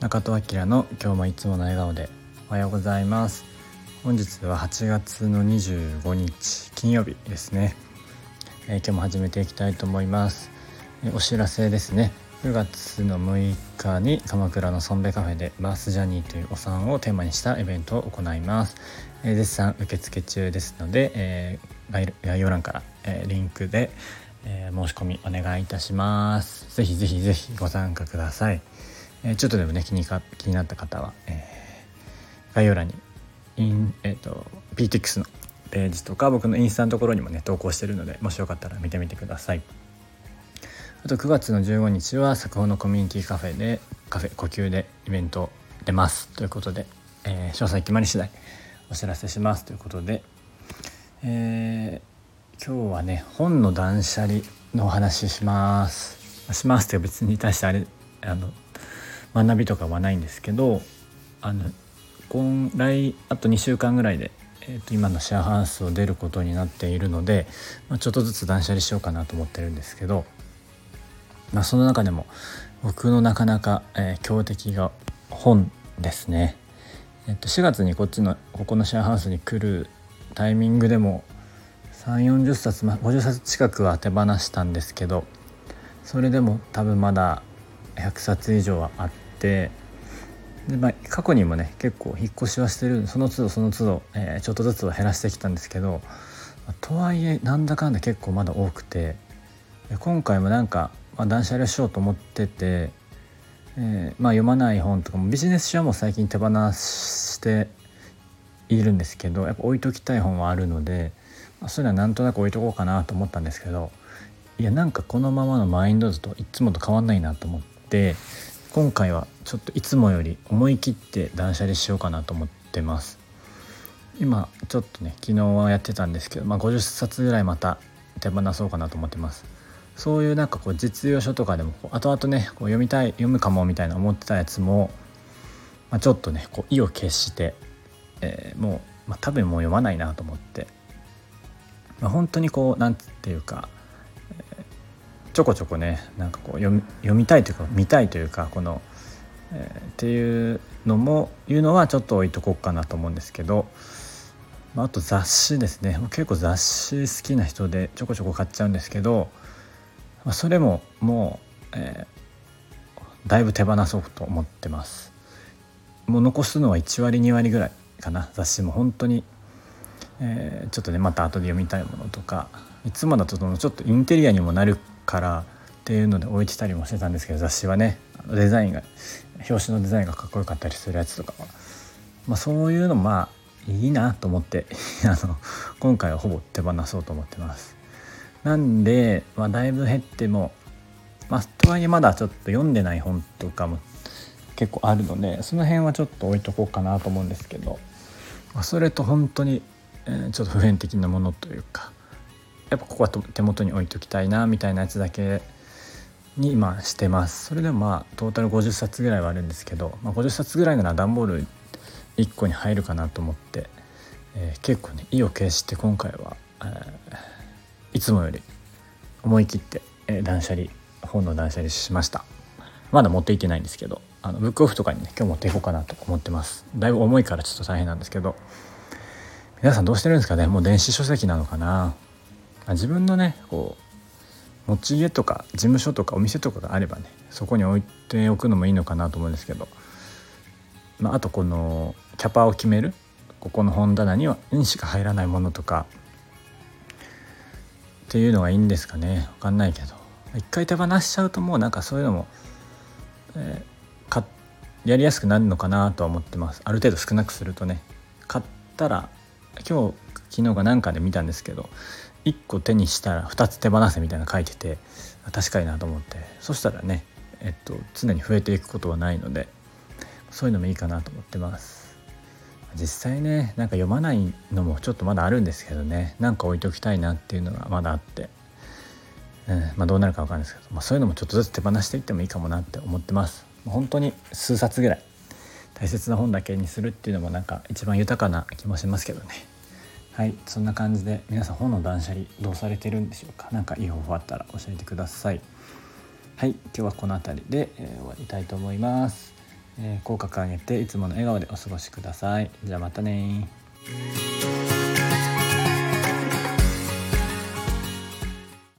中戸明の今日もいつもの笑顔で。おはようございます。本日は8月の25日金曜日ですね。今日も始めていきたいと思います。お知らせですね。9月の6日に鎌倉のソンベカフェでバースジャーニーというお産をテーマにしたイベントを行います。絶賛受付中ですので、概要欄から、リンクで、申し込みお願いいたします。ぜひぜひぜひご参加ください。ちょっとでもね気になった方は、概要欄にPTX のページとか僕のインスタのところにもね投稿してるので、もしよかったら見てみてください。あと9月の15日は作法のコミュニティカフェでカフェ呼吸でイベント出ますということで、詳細決まり次第お知らせしますということで、今日はね本の断捨離のお話しますって別に対して学びとかはないんですけど、あと2週間ぐらいで、今のシェアハウスを出ることになっているので、ちょっとずつ断捨離しようかなと思ってるんですけど、その中でも僕のなかなか、強敵が本ですね。4月にここのシェアハウスに来るタイミングでも30-40冊、50冊近くは手放したんですけど、それでも多分まだ100冊以上はあって、で、過去にもね結構引っ越しはしてる、その都度、ちょっとずつは減らしてきたんですけど、とはいえなんだかんだ結構まだ多くて、今回も断捨離しようと思ってて、読まない本とかもビジネス書はもう最近手放しているんですけど、やっぱ置いときたい本はあるので、そういうのはなんとなく置いとこうかなと思ったんですけど、このままのマインドだといつもと変わんないなと思って、今回はちょっといつもより思い切って断捨離しようかなと思ってます。今ちょっとね昨日はやってたんですけど、50冊ぐらいまた手放そうかなと思ってます。そういう実用書とかでも後々ね読むかもみたいな思ってたやつも、ちょっとね意を決して、もう、多分もう読まないなと思って、本当になんていうか、ちょこちょこね読みたいというか見たいというかっていうのはちょっと置いとこうかなと思うんですけど、あと雑誌ですね。結構雑誌好きな人でちょこちょこ買っちゃうんですけど、それももう、だいぶ手放そうと思ってます。もう残すのは1割2割ぐらいかな。雑誌も本当に、ちょっとねまた後で読みたいものとか、いつもだとちょっとインテリアにもなるからっていうので置いてたりもしてたんですけど、雑誌はね表紙のデザインがかっこよかったりするやつとかは、そういうのいいなと思って今回はほぼ手放そうと思ってます。なんで、だいぶ減っても、とはいえまだちょっと読んでない本とかも結構あるので、その辺はちょっと置いとこうかなと思うんですけど、それと本当に、ちょっと普遍的なものというか、やっぱここは手元に置いときたいなみたいなやつだけに今してます。それでもトータル50冊ぐらいはあるんですけど、50冊ぐらいなら段ボール1個に入るかなと思って、結構ね意を決して今回は、いつもより思い切って、本の断捨離しました。まだ持っていってないんですけど、ブックオフとかにね今日持っていこうかなと思ってます。だいぶ重いからちょっと大変なんですけど、皆さんどうしてるんですかね。もう電子書籍なのかな。自分のね持ち家とか事務所とかお店とかがあればね、そこに置いておくのもいいのかなと思うんですけど、あとこのキャパを決める、ここの本棚にはしか入らないものとかっていうのがいいんですかね。分かんないけど、一回手放しちゃうともうそういうのも、やりやすくなるのかなとは思ってます。ある程度少なくするとね。買ったら昨日かなんかで見たんですけど、1個手にしたら2つ手放せみたいな書いてて、確かになと思って、そしたらね、常に増えていくことはないので、そういうのもいいかなと思ってます。実際ね読まないのもちょっとまだあるんですけどね、置いときたいなっていうのがまだあって、どうなるか分かんないですけど、そういうのもちょっとずつ手放していってもいいかもなって思ってます。本当に数冊ぐらい大切な本だけにするっていうのも一番豊かな気もしますけどね。はい、そんな感じで皆さん本の断捨離どうされてるんでしょうか。いい方法あったら教えてください。はい、今日はこの辺りで、終わりたいと思います。 口角上げていつもの笑顔でお過ごしください。じゃあまたね。